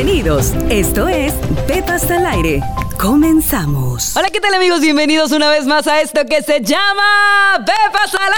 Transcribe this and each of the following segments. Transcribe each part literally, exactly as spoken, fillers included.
Bienvenidos. Esto es Pepas al Aire. Comenzamos. Hola, ¿qué tal, amigos? Bienvenidos una vez más a esto que se llama Pepas al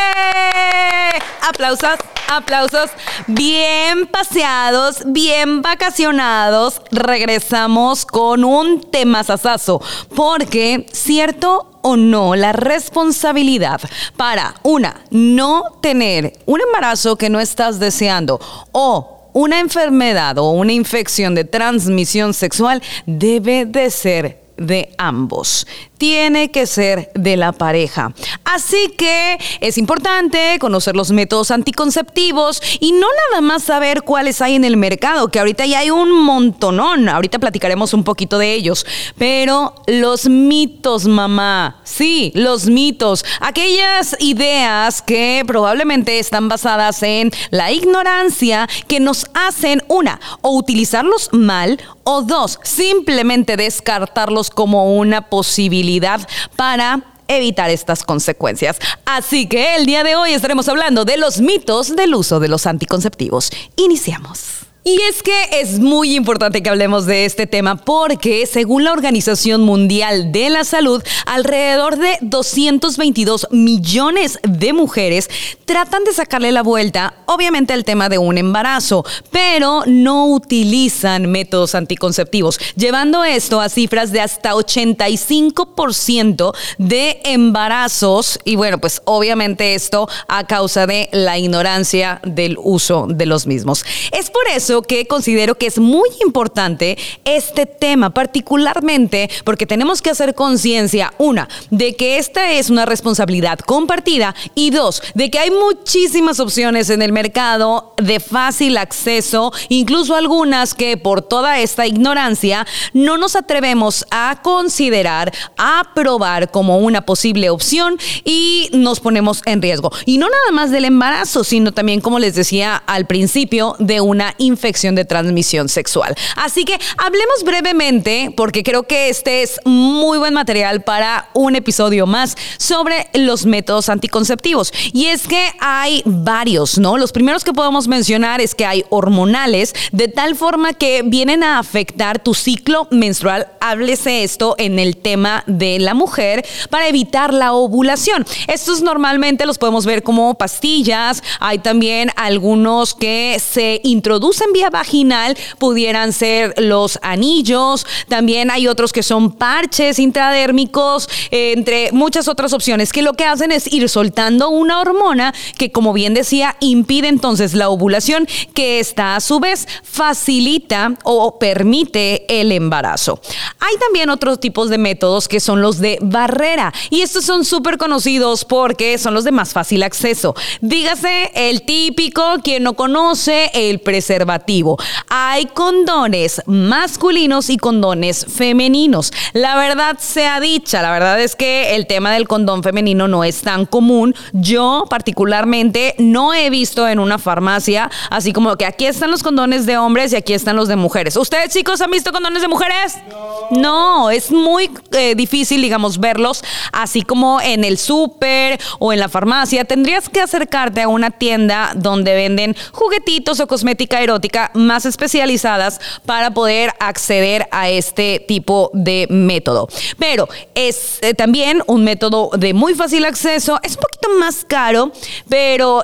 Aire. Aplausos, aplausos. Bien paseados, bien vacacionados. Regresamos con un temazazazo. Porque, ¿cierto o no, la responsabilidad para, una, no tener un embarazo que no estás deseando o una enfermedad o una infección de transmisión sexual debe de ser de ambos? Tiene que ser de la pareja. Así que es importante conocer los métodos anticonceptivos y no nada más saber cuáles hay en el mercado, que ahorita ya hay un montonón. Ahorita platicaremos un poquito de ellos. Pero los mitos, mamá. Sí, los mitos. Aquellas ideas que probablemente están basadas en la ignorancia, que nos hacen, una, o utilizarlos mal, o dos, simplemente descartarlos como una posibilidad para evitar estas consecuencias. Así que el día de hoy estaremos hablando de los mitos del uso de los anticonceptivos. Iniciamos. Y es que es muy importante que hablemos de este tema porque, según la Organización Mundial de la Salud, alrededor de doscientos veintidós millones de mujeres tratan de sacarle la vuelta, obviamente, al tema de un embarazo, pero no utilizan métodos anticonceptivos, llevando esto a cifras de hasta ochenta y cinco por ciento de embarazos. Y bueno, pues obviamente esto a causa de la ignorancia del uso de los mismos. Es por eso que considero que es muy importante este tema, particularmente porque tenemos que hacer conciencia, una, de que esta es una responsabilidad compartida, y dos, de que hay muchísimas opciones en el mercado de fácil acceso, incluso algunas que por toda esta ignorancia no nos atrevemos a considerar, a probar como una posible opción y nos ponemos en riesgo. Y no nada más del embarazo, sino también, como les decía al principio, de una infección de transmisión sexual. Así que hablemos brevemente, porque creo que este es muy buen material para un episodio más sobre los métodos anticonceptivos. Y es que hay varios, ¿no? Los primeros que podemos mencionar es que hay hormonales, de tal forma que vienen a afectar tu ciclo menstrual. Háblese esto en el tema de la mujer, para evitar la ovulación. Estos normalmente los podemos ver como pastillas. Hay también algunos que se introducen vía vaginal, pudieran ser los anillos. También hay otros que son parches intradérmicos, eh, entre muchas otras opciones, que lo que hacen es ir soltando una hormona que, como bien decía, impide entonces la ovulación, que esta a su vez facilita o permite el embarazo. Hay también otros tipos de métodos que son los de barrera, y estos son súper conocidos porque son los de más fácil acceso. Dígase el típico, quien no conoce, el preservativo. Hay condones masculinos y condones femeninos. La verdad sea dicha, la verdad es que el tema del condón femenino no es tan común. Yo particularmente no he visto en una farmacia así como que aquí están los condones de hombres y aquí están los de mujeres. ¿Ustedes, chicos, han visto condones de mujeres? No, no es muy eh, difícil, digamos, verlos así como en el súper o en la farmacia. Tendrías que acercarte a una tienda donde venden juguetitos o cosmética erótica más especializadas para poder acceder a este tipo de método. Pero es eh, también un método de muy fácil acceso. Es un poquito más caro, pero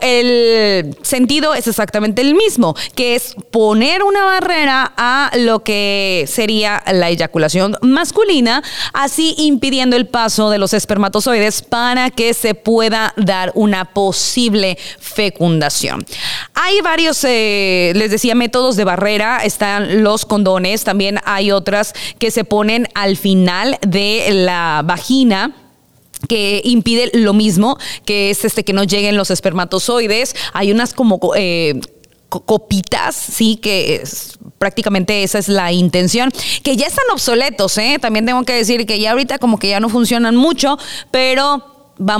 el sentido es exactamente el mismo, que es poner una barrera a lo que sería la eyaculación masculina, así impidiendo el paso de los espermatozoides para que se pueda dar una posible fecundación. Hay varios, eh, les decía, métodos de barrera. Están los condones, también hay otras que se ponen al final de la vagina, que impide lo mismo, que es este que no lleguen los espermatozoides. Hay unas como eh, copitas, sí, que es, prácticamente esa es la intención, que ya están obsoletos, ¿eh? También tengo que decir que ya ahorita como que ya no funcionan mucho, pero vamos,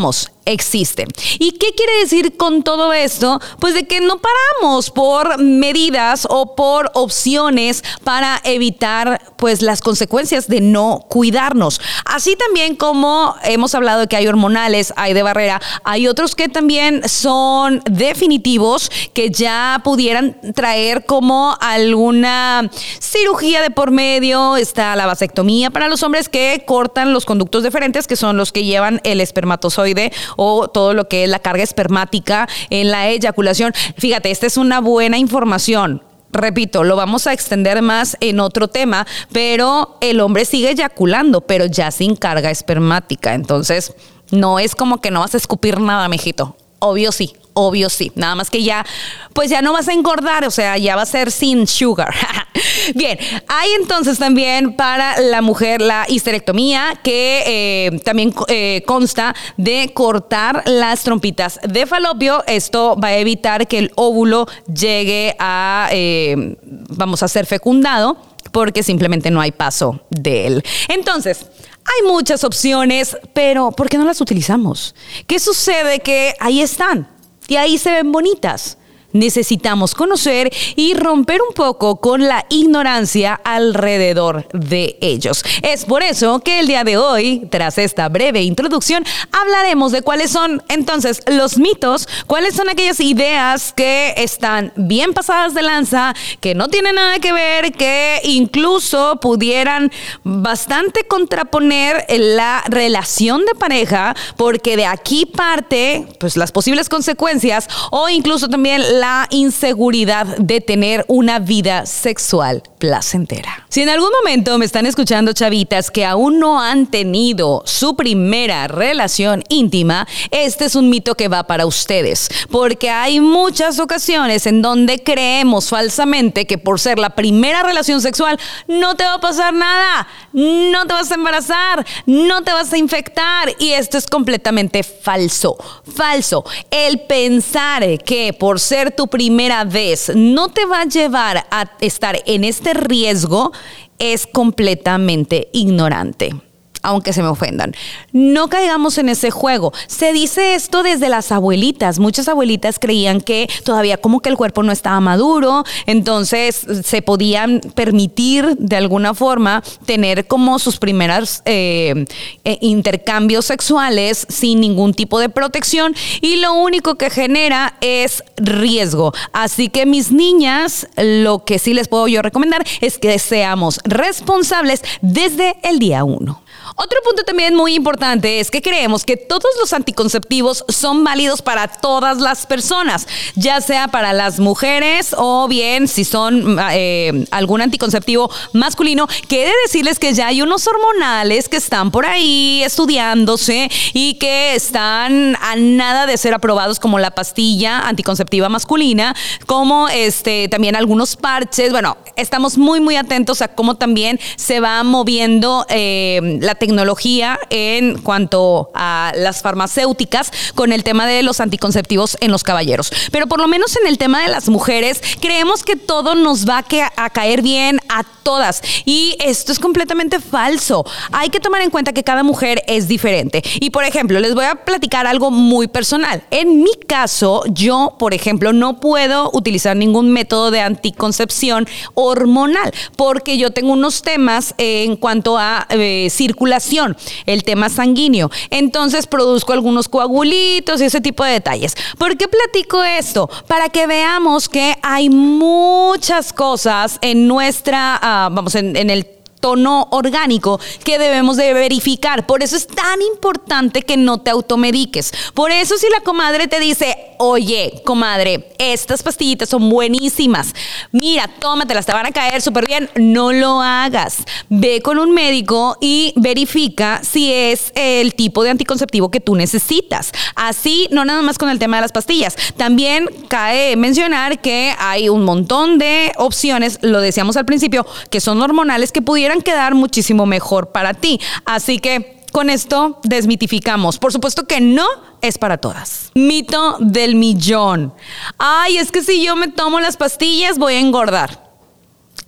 existe. ¿Y qué quiere decir con todo esto? Pues de que no paramos por medidas o por opciones para evitar pues las consecuencias de no cuidarnos. Así también como hemos hablado de que hay hormonales, hay de barrera, hay otros que también son definitivos, que ya pudieran traer como alguna cirugía de por medio. Está la vasectomía para los hombres, que cortan los conductos deferentes, que son los que llevan el espermatozoide o todo lo que es la carga espermática en la eyaculación. Fíjate, esta es una buena información. Repito, lo vamos a extender más en otro tema, pero el hombre sigue eyaculando, pero ya sin carga espermática. Entonces, no es como que no vas a escupir nada, mijito. Obvio sí. Obvio sí, nada más que ya, pues ya no vas a engordar, o sea, ya va a ser sin sugar. Bien, hay entonces también para la mujer la histerectomía, que eh, también eh, consta de cortar las trompitas de falopio. Esto va a evitar que el óvulo llegue a, eh, vamos a ser fecundado, porque simplemente no hay paso de él. Entonces, hay muchas opciones, pero ¿por qué no las utilizamos? ¿Qué sucede? Que ahí están. Y ahí se ven bonitas. Necesitamos conocer y romper un poco con la ignorancia alrededor de ellos. Es por eso que el día de hoy, tras esta breve introducción, hablaremos de cuáles son entonces los mitos, cuáles son aquellas ideas que están bien pasadas de lanza, que no tienen nada que ver, que incluso pudieran bastante contraponer la relación de pareja, porque de aquí parte pues las posibles consecuencias o incluso también la La inseguridad de tener una vida sexual placentera. Si en algún momento me están escuchando chavitas que aún no han tenido su primera relación íntima, este es un mito que va para ustedes, porque hay muchas ocasiones en donde creemos falsamente que por ser la primera relación sexual no te va a pasar nada, no te vas a embarazar, no te vas a infectar, y esto es completamente falso. Falso. El pensar que por ser tu primera vez no te va a llevar a estar en este riesgo es completamente ignorante. Aunque se me ofendan, no caigamos en ese juego. Se dice esto desde las abuelitas. Muchas abuelitas creían que todavía como que el cuerpo no estaba maduro, entonces se podían permitir de alguna forma tener como sus primeros eh, eh, intercambios sexuales sin ningún tipo de protección, y lo único que genera es riesgo. Así que mis niñas, lo que sí les puedo yo recomendar es que seamos responsables desde el día uno. Otro punto también muy importante es que creemos que todos los anticonceptivos son válidos para todas las personas, ya sea para las mujeres o bien si son eh, algún anticonceptivo masculino, que he de decirles que ya hay unos hormonales que están por ahí estudiándose y que están a nada de ser aprobados, como la pastilla anticonceptiva masculina, como este también algunos parches. Bueno, estamos muy muy atentos a cómo también se va moviendo eh, la tecnología tecnología en cuanto a las farmacéuticas con el tema de los anticonceptivos en los caballeros. Pero por lo menos en el tema de las mujeres, creemos que todo nos va a, que, a caer bien a todas. Y esto es completamente falso. Hay que tomar en cuenta que cada mujer es diferente. Y por ejemplo, les voy a platicar algo muy personal. En mi caso, yo, por ejemplo, no puedo utilizar ningún método de anticoncepción hormonal porque yo tengo unos temas en cuanto a eh, circulación, el tema sanguíneo. Entonces produzco algunos coagulitos y ese tipo de detalles. ¿Por qué platico esto? Para que veamos que hay muchas cosas en nuestra, uh, vamos, en, en el tono orgánico que debemos de verificar. Por eso es tan importante que no te automediques. Por eso si la comadre te dice, oye, comadre, estas pastillitas son buenísimas, mira, tómatelas, te van a caer súper bien, no lo hagas. Ve con un médico y verifica si es el tipo de anticonceptivo que tú necesitas. Así, no nada más con el tema de las pastillas. También cabe mencionar que hay un montón de opciones, lo decíamos al principio, que son hormonales, que pudieran quedar muchísimo mejor para ti. Así que con esto desmitificamos. Por supuesto que no es para todas. Mito del millón. Ay, es que si yo me tomo las pastillas voy a engordar.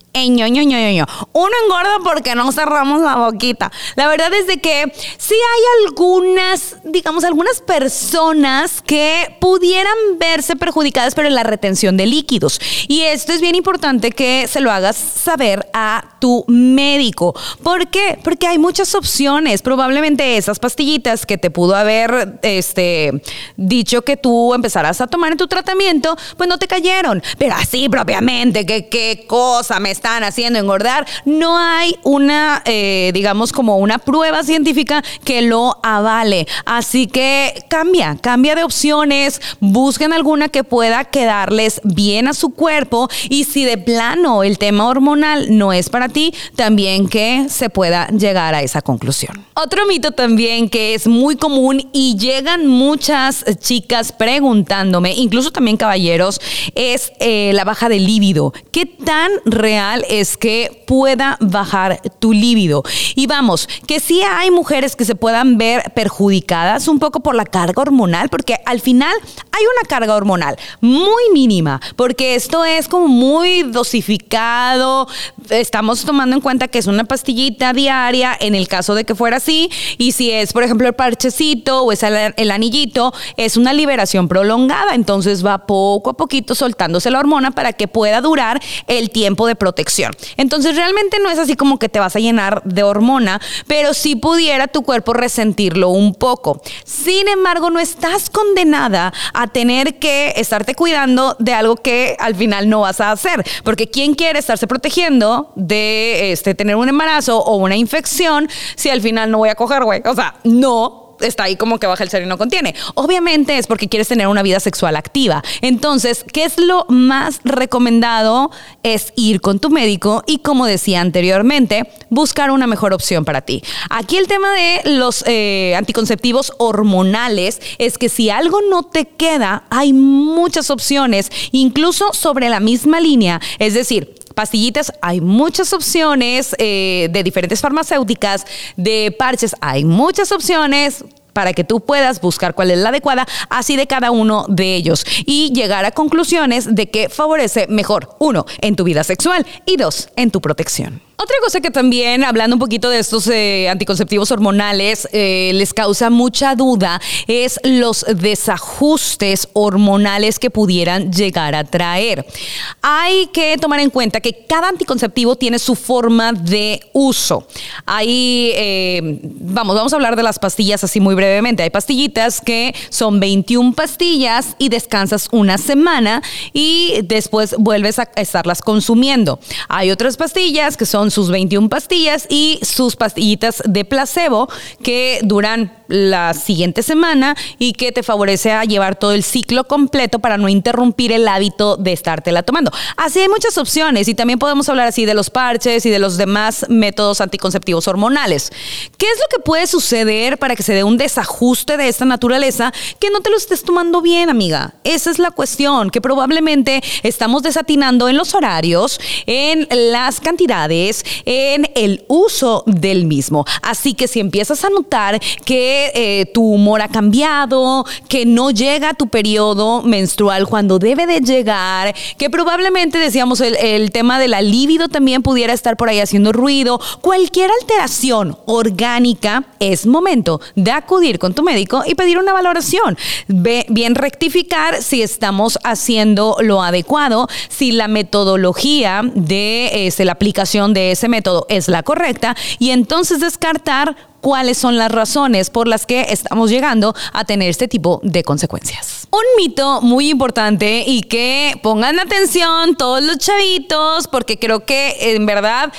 Ño, ño, ño, ño. Uno engorda porque no cerramos la boquita. La verdad es de que sí hay algunas, digamos, algunas personas que pudieran verse perjudicadas por la retención de líquidos. Y esto es bien importante que se lo hagas saber a tu médico. ¿Por qué? Porque hay muchas opciones. Probablemente esas pastillitas que te pudo haber este, dicho que tú empezaras a tomar en tu tratamiento, pues no te cayeron. Pero así propiamente, que qué cosa me están haciendo engordar, no hay una, eh, digamos, como una prueba científica que lo avale. Así que cambia, cambia de opciones, busquen alguna que pueda quedarles bien a su cuerpo y si de plano el tema hormonal no es para ti, también que se pueda llegar a esa conclusión. Otro mito también que es muy común y llegan muchas chicas preguntándome, incluso también caballeros, es eh, la baja de líbido. ¿Qué tan real es que pueda bajar tu líbido? Y vamos, que sí hay mujeres que se puedan ver perjudicadas un poco por la carga hormonal, porque al final hay una carga hormonal muy mínima, porque esto es como muy dosificado, estamos tomando en cuenta que es una pastillita diaria en el caso de que fuera así, y si es por ejemplo el parchecito o es el, el anillito, es una liberación prolongada, entonces va poco a poquito soltándose la hormona para que pueda durar el tiempo de protección. Entonces realmente no es así como que te vas a llenar de hormona, pero sí pudiera tu cuerpo resentirlo un poco. Sin embargo, no estás condenada a tener que estarte cuidando de algo que al final no vas a hacer, porque ¿quién quiere estarse protegiendo de este, tener un embarazo o una infección si al final no voy a coger, güey? O sea, no. Está ahí como que baja el cero y no contiene. Obviamente es porque quieres tener una vida sexual activa. Entonces, ¿qué es lo más recomendado? Es ir con tu médico y, como decía anteriormente, buscar una mejor opción para ti. Aquí el tema de los eh, anticonceptivos hormonales es que si algo no te queda, hay muchas opciones, incluso sobre la misma línea. Es decir, pastillitas, hay muchas opciones eh, de diferentes farmacéuticas, de parches, hay muchas opciones para que tú puedas buscar cuál es la adecuada, así de cada uno de ellos y llegar a conclusiones de que favorece mejor, uno, en tu vida sexual y dos, en tu protección. Otra cosa que también, hablando un poquito de estos eh, anticonceptivos hormonales, eh, les causa mucha duda es los desajustes hormonales que pudieran llegar a traer. Hay que tomar en cuenta que cada anticonceptivo tiene su forma de uso. Hay, eh, vamos, vamos a hablar de las pastillas así muy brevemente. Hay pastillitas que son veintiuna pastillas y descansas una semana y después vuelves a estarlas consumiendo. Hay otras pastillas que son sus veintiuna pastillas y sus pastillitas de placebo que duran la siguiente semana y que te favorece a llevar todo el ciclo completo para no interrumpir el hábito de estártela tomando. Así hay muchas opciones y también podemos hablar así de los parches y de los demás métodos anticonceptivos hormonales. ¿Qué es lo que puede suceder para que se dé un desajuste de esta naturaleza? Que no te lo estés tomando bien, amiga. Esa es la cuestión, que probablemente estamos desatinando en los horarios, en las cantidades, en el uso del mismo. Así que si empiezas a notar que eh, tu humor ha cambiado, que no llega tu periodo menstrual cuando debe de llegar, que probablemente, decíamos, el, el tema de la libido también pudiera estar por ahí haciendo ruido, cualquier alteración orgánica, es momento de acudir con tu médico y pedir una valoración. Ve, bien rectificar si estamos haciendo lo adecuado, si la metodología de este, la aplicación de ese método es la correcta y entonces descartar cuáles son las razones por las que estamos llegando a tener este tipo de consecuencias. Un mito muy importante y que pongan atención todos los chavitos porque creo que en verdad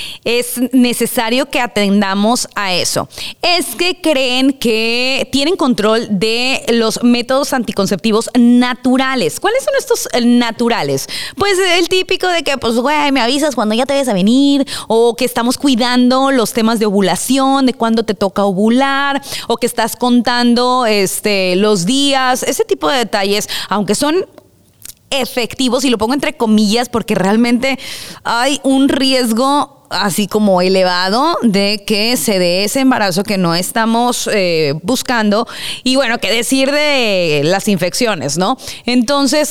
es necesario que atendamos a eso. Es que creen que tienen control de los métodos anticonceptivos naturales. ¿Cuáles son estos naturales? Pues el típico de que, pues, güey, me avisas cuando ya te vayas a venir o que estamos cuidando los temas de ovulación, de cuándo te toca ovular o que estás contando este, los días, ese tipo de detalles, aunque son efectivos y lo pongo entre comillas porque realmente hay un riesgo así como elevado de que se dé ese embarazo que no estamos eh, buscando y bueno, qué decir de las infecciones, ¿no? Entonces,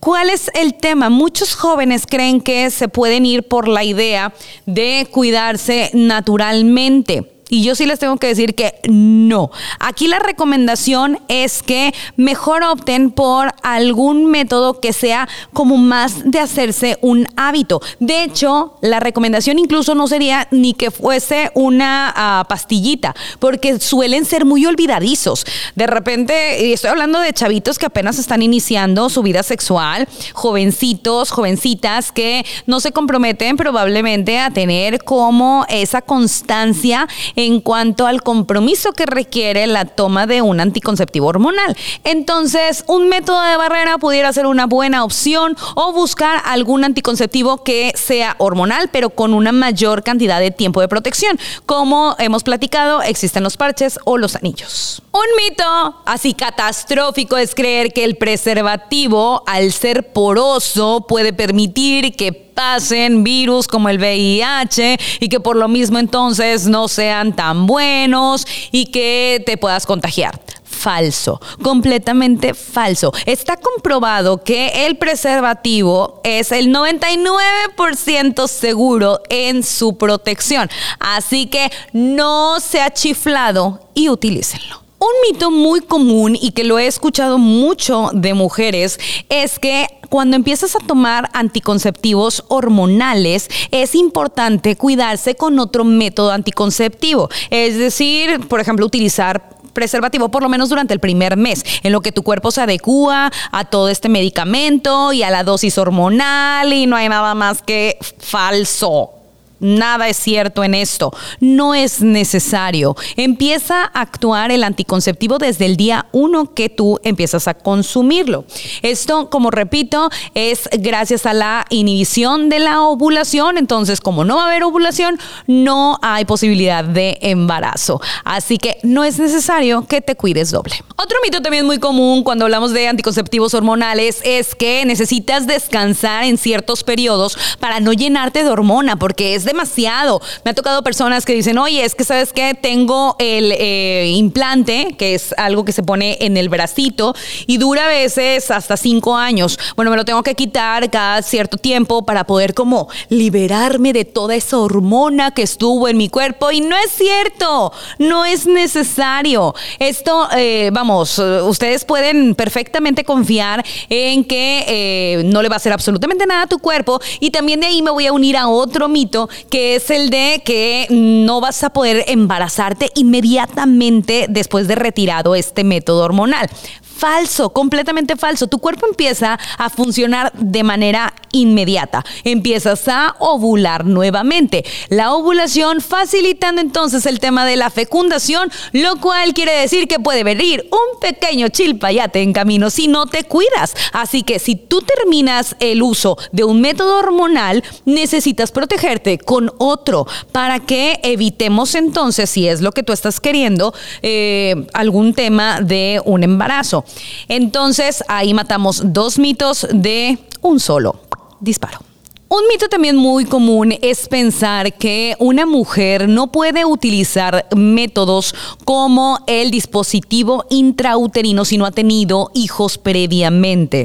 ¿Cuál es el tema? Muchos jóvenes creen que se pueden ir por la idea de cuidarse naturalmente. Y yo sí les tengo que decir que no. Aquí la recomendación es que mejor opten por algún método que sea como más de hacerse un hábito. De hecho, la recomendación incluso no sería ni que fuese una uh, pastillita, porque suelen ser muy olvidadizos. De repente, y estoy hablando de chavitos que apenas están iniciando su vida sexual, jovencitos, jovencitas que no se comprometen probablemente a tener como esa constancia en cuanto al compromiso que requiere la toma de un anticonceptivo hormonal. Entonces, un método de barrera pudiera ser una buena opción o buscar algún anticonceptivo que sea hormonal, pero con una mayor cantidad de tiempo de protección. Como hemos platicado, existen los parches o los anillos. Un mito así catastrófico es creer que el preservativo, al ser poroso, puede permitir que pasen virus como el V I H y que por lo mismo entonces no sean tan buenos y que te puedas contagiar. Falso, completamente falso. Está comprobado que el preservativo es el noventa y nueve por ciento seguro en su protección. Así que no sea chiflado y utilícenlo. Un mito muy común y que lo he escuchado mucho de mujeres es que cuando empiezas a tomar anticonceptivos hormonales es importante cuidarse con otro método anticonceptivo. Es decir, por ejemplo, utilizar preservativo por lo menos durante el primer mes, en lo que tu cuerpo se adecúa a todo este medicamento y a la dosis hormonal, y no hay nada más que falso. Nada es cierto en esto. No es necesario. Empieza a actuar el anticonceptivo desde el día uno que tú empiezas a consumirlo. Esto, como repito, es gracias a la inhibición de la ovulación. Entonces, como no va a haber ovulación, no hay posibilidad de embarazo. Así que no es necesario que te cuides doble. Otro mito también muy común cuando hablamos de anticonceptivos hormonales es que necesitas descansar en ciertos periodos para no llenarte de hormona, porque es demasiado. Me ha tocado personas que dicen, oye, es que ¿sabes qué? Tengo el eh, implante, que es algo que se pone en el bracito y dura a veces hasta cinco años. Bueno, me lo tengo que quitar cada cierto tiempo para poder como liberarme de toda esa hormona que estuvo en mi cuerpo, y no es cierto, no es necesario. Esto, eh, vamos, ustedes pueden perfectamente confiar en que eh, no le va a hacer absolutamente nada a tu cuerpo, y también de ahí me voy a unir a otro mito que es el de que no vas a poder embarazarte inmediatamente después de retirado este método hormonal. Falso, completamente falso. Tu cuerpo empieza a funcionar de manera inmediata. Empiezas a ovular nuevamente. La ovulación facilitando entonces el tema de la fecundación, lo cual quiere decir que puede venir un pequeño chilpayate en camino si no te cuidas. Así que si tú terminas el uso de un método hormonal, necesitas protegerte con otro para que evitemos entonces, si es lo que tú estás queriendo, eh, algún tema de un embarazo. Entonces, ahí matamos dos mitos de un solo disparo. Un mito también muy común es pensar que una mujer no puede utilizar métodos como el dispositivo intrauterino si no ha tenido hijos previamente.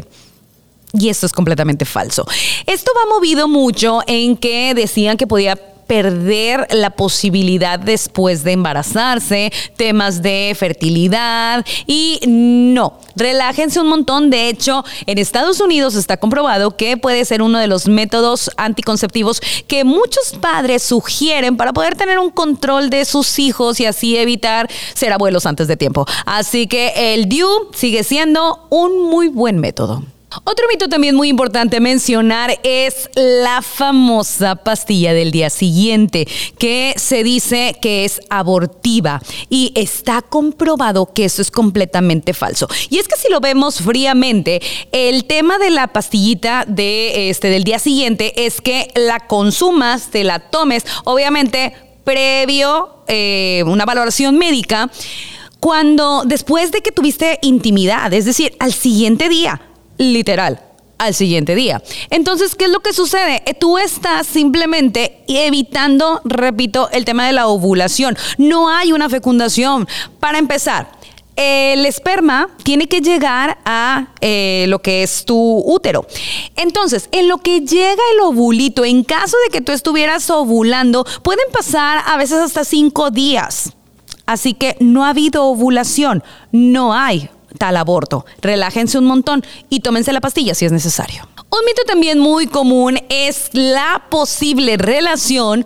Y esto es completamente falso. Esto va movido mucho en que decían que podía perder la posibilidad después de embarazarse, temas de fertilidad, y no, relájense un montón. De hecho, en Estados Unidos está comprobado que puede ser uno de los métodos anticonceptivos que muchos padres sugieren para poder tener un control de sus hijos y así evitar ser abuelos antes de tiempo. Así que el D I U sigue siendo un muy buen método. Otro mito también muy importante mencionar es la famosa pastilla del día siguiente, que se dice que es abortiva, y está comprobado que eso es completamente falso. Y es que si lo vemos fríamente, el tema de la pastillita de este del día siguiente es que la consumas, te la tomes, obviamente previo eh, una valoración médica, cuando después de que tuviste intimidad, es decir, al siguiente día. Literal, al siguiente día. Entonces, ¿qué es lo que sucede? Tú estás simplemente evitando, repito, el tema de la ovulación. No hay una fecundación. Para empezar, el esperma tiene que llegar a eh, lo que es tu útero. Entonces, en lo que llega el ovulito, en caso de que tú estuvieras ovulando, pueden pasar a veces hasta cinco días. Así que no ha habido ovulación, no hay tal aborto. Relájense un montón y tómense la pastilla si es necesario. Un mito también muy común es la posible relación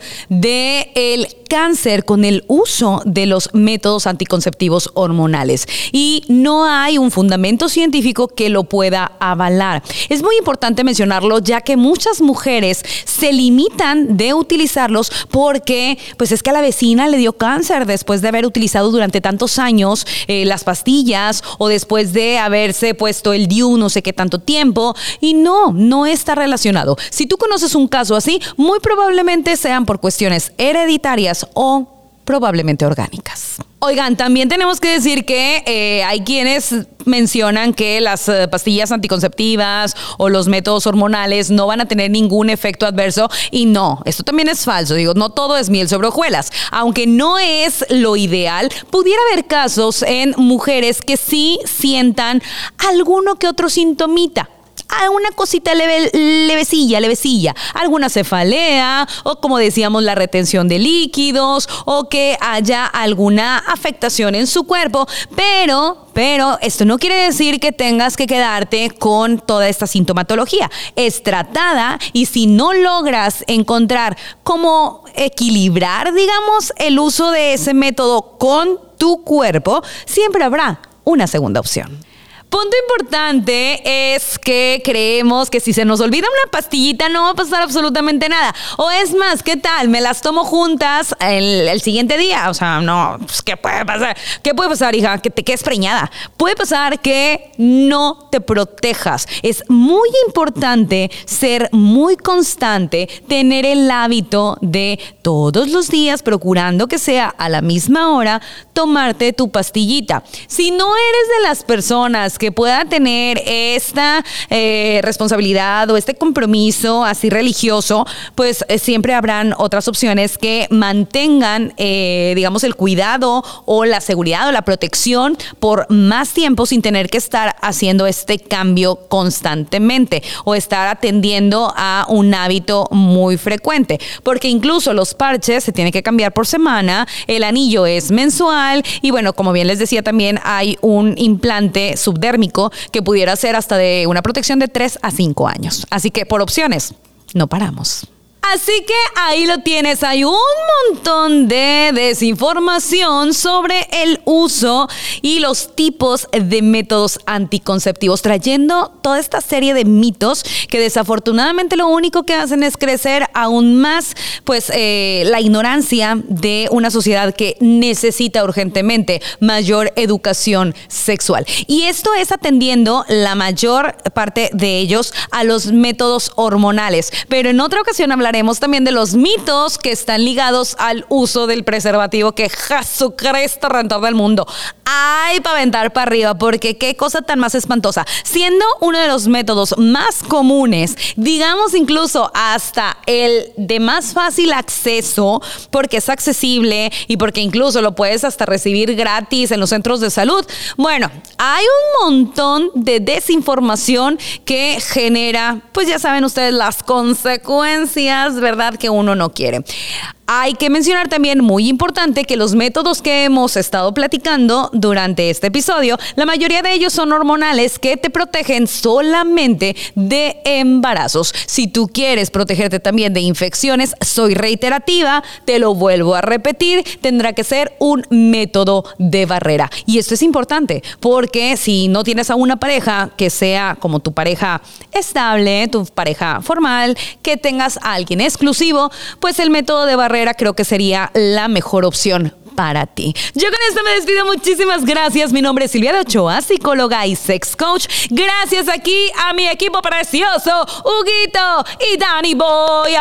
del cáncer con el uso de los métodos anticonceptivos hormonales. Y no hay un fundamento científico que lo pueda avalar. Es muy importante mencionarlo, ya que muchas mujeres se limitan de utilizarlos porque pues es que a la vecina le dio cáncer después de haber utilizado durante tantos años eh, las pastillas o después de haberse puesto el D I U no sé qué tanto tiempo. Y no, no está relacionado. Si tú conoces un caso así, muy probablemente sean por cuestiones hereditarias o probablemente orgánicas. Oigan, también tenemos que decir que eh, hay quienes mencionan que las eh, pastillas anticonceptivas o los métodos hormonales no van a tener ningún efecto adverso y no, esto también es falso. Digo, no todo es miel sobre hojuelas. Aunque no es lo ideal, pudiera haber casos en mujeres que sí sientan alguno que otro sintomita. Una cosita leve, levecilla, levecilla, alguna cefalea o como decíamos la retención de líquidos o que haya alguna afectación en su cuerpo, pero, pero esto no quiere decir que tengas que quedarte con toda esta sintomatología. Es tratada y si no logras encontrar cómo equilibrar, digamos, el uso de ese método con tu cuerpo, siempre habrá una segunda opción. Punto importante es que creemos que si se nos olvida una pastillita no va a pasar absolutamente nada. O es más, ¿qué tal? Me las tomo juntas el, el siguiente día. O sea, no, pues, ¿qué puede pasar? ¿Qué puede pasar, hija? Que te quedes preñada. Puede pasar que no te protejas. Es muy importante ser muy constante, tener el hábito de todos los días, procurando que sea a la misma hora, tomarte tu pastillita. Si no eres de las personas que pueda tener esta eh, responsabilidad o este compromiso así religioso, pues eh, siempre habrán otras opciones que mantengan, eh, digamos, el cuidado o la seguridad o la protección por más tiempo sin tener que estar haciendo este cambio constantemente o estar atendiendo a un hábito muy frecuente. Porque incluso los parches se tienen que cambiar por semana, el anillo es mensual y bueno, como bien les decía, también hay un implante subdérmico que pudiera ser hasta de una protección de tres a cinco años. Así que por opciones, no paramos. Así que ahí lo tienes, hay un montón de desinformación sobre el uso y los tipos de métodos anticonceptivos, trayendo toda esta serie de mitos que desafortunadamente lo único que hacen es crecer aún más pues eh, la ignorancia de una sociedad que necesita urgentemente mayor educación sexual. Y esto es atendiendo la mayor parte de ellos a los métodos hormonales, pero en otra ocasión hablaremos también de los mitos que están ligados al uso del preservativo, que Jesucristo Redentor del mundo. Ay, para aventar para arriba, porque qué cosa tan más espantosa. Siendo uno de los métodos más comunes, digamos incluso hasta el de más fácil acceso, porque es accesible y porque incluso lo puedes hasta recibir gratis en los centros de salud. Bueno, hay un montón de desinformación que genera, pues ya saben ustedes, las consecuencias, ¿verdad?, que uno no quiere. Hay que mencionar también, muy importante, que los métodos que hemos estado platicando durante este episodio, la mayoría de ellos son hormonales que te protegen solamente de embarazos. Si tú quieres protegerte también de infecciones, soy reiterativa, te lo vuelvo a repetir, tendrá que ser un método de barrera. Y esto es importante porque si no tienes a una pareja que sea como tu pareja estable, tu pareja formal, que tengas a alguien exclusivo, pues el método de barrera creo que sería la mejor opción para ti. Yo con esto me despido. Muchísimas gracias. Mi nombre es Silvia de Ochoa, psicóloga y sex coach. Gracias aquí a mi equipo precioso, Huguito y Dani Boy.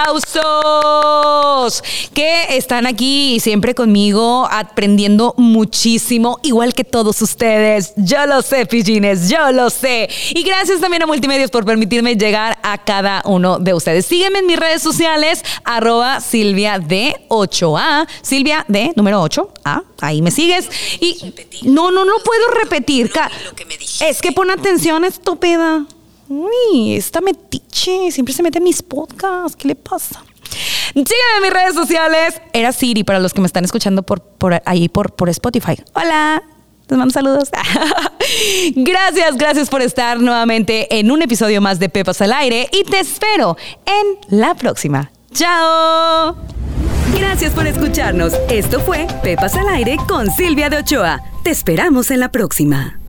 Aplausos. Que están aquí siempre conmigo aprendiendo muchísimo, igual que todos ustedes. Yo lo sé, pillines, yo lo sé. Y gracias también a Multimedios por permitirme llegar a cada uno de ustedes. Sígueme en mis redes sociales, arroba Silvia de Ochoa, Silvia de número número ocho. Ah, ahí me sigues. Y no, no, no puedo repetir. Ca- Es que pon atención, estúpida. Uy, esta metiche siempre se mete en mis podcasts. ¿Qué le pasa? Sígueme en mis redes sociales. Era Siri para los que me están escuchando por, por ahí por, por Spotify. Hola. Les mando saludos. Gracias, gracias por estar nuevamente en un episodio más de Pepas al Aire y te espero en la próxima. ¡Chao! Gracias por escucharnos. Esto fue Pepas al Aire con Silvia de Ochoa. Te esperamos en la próxima.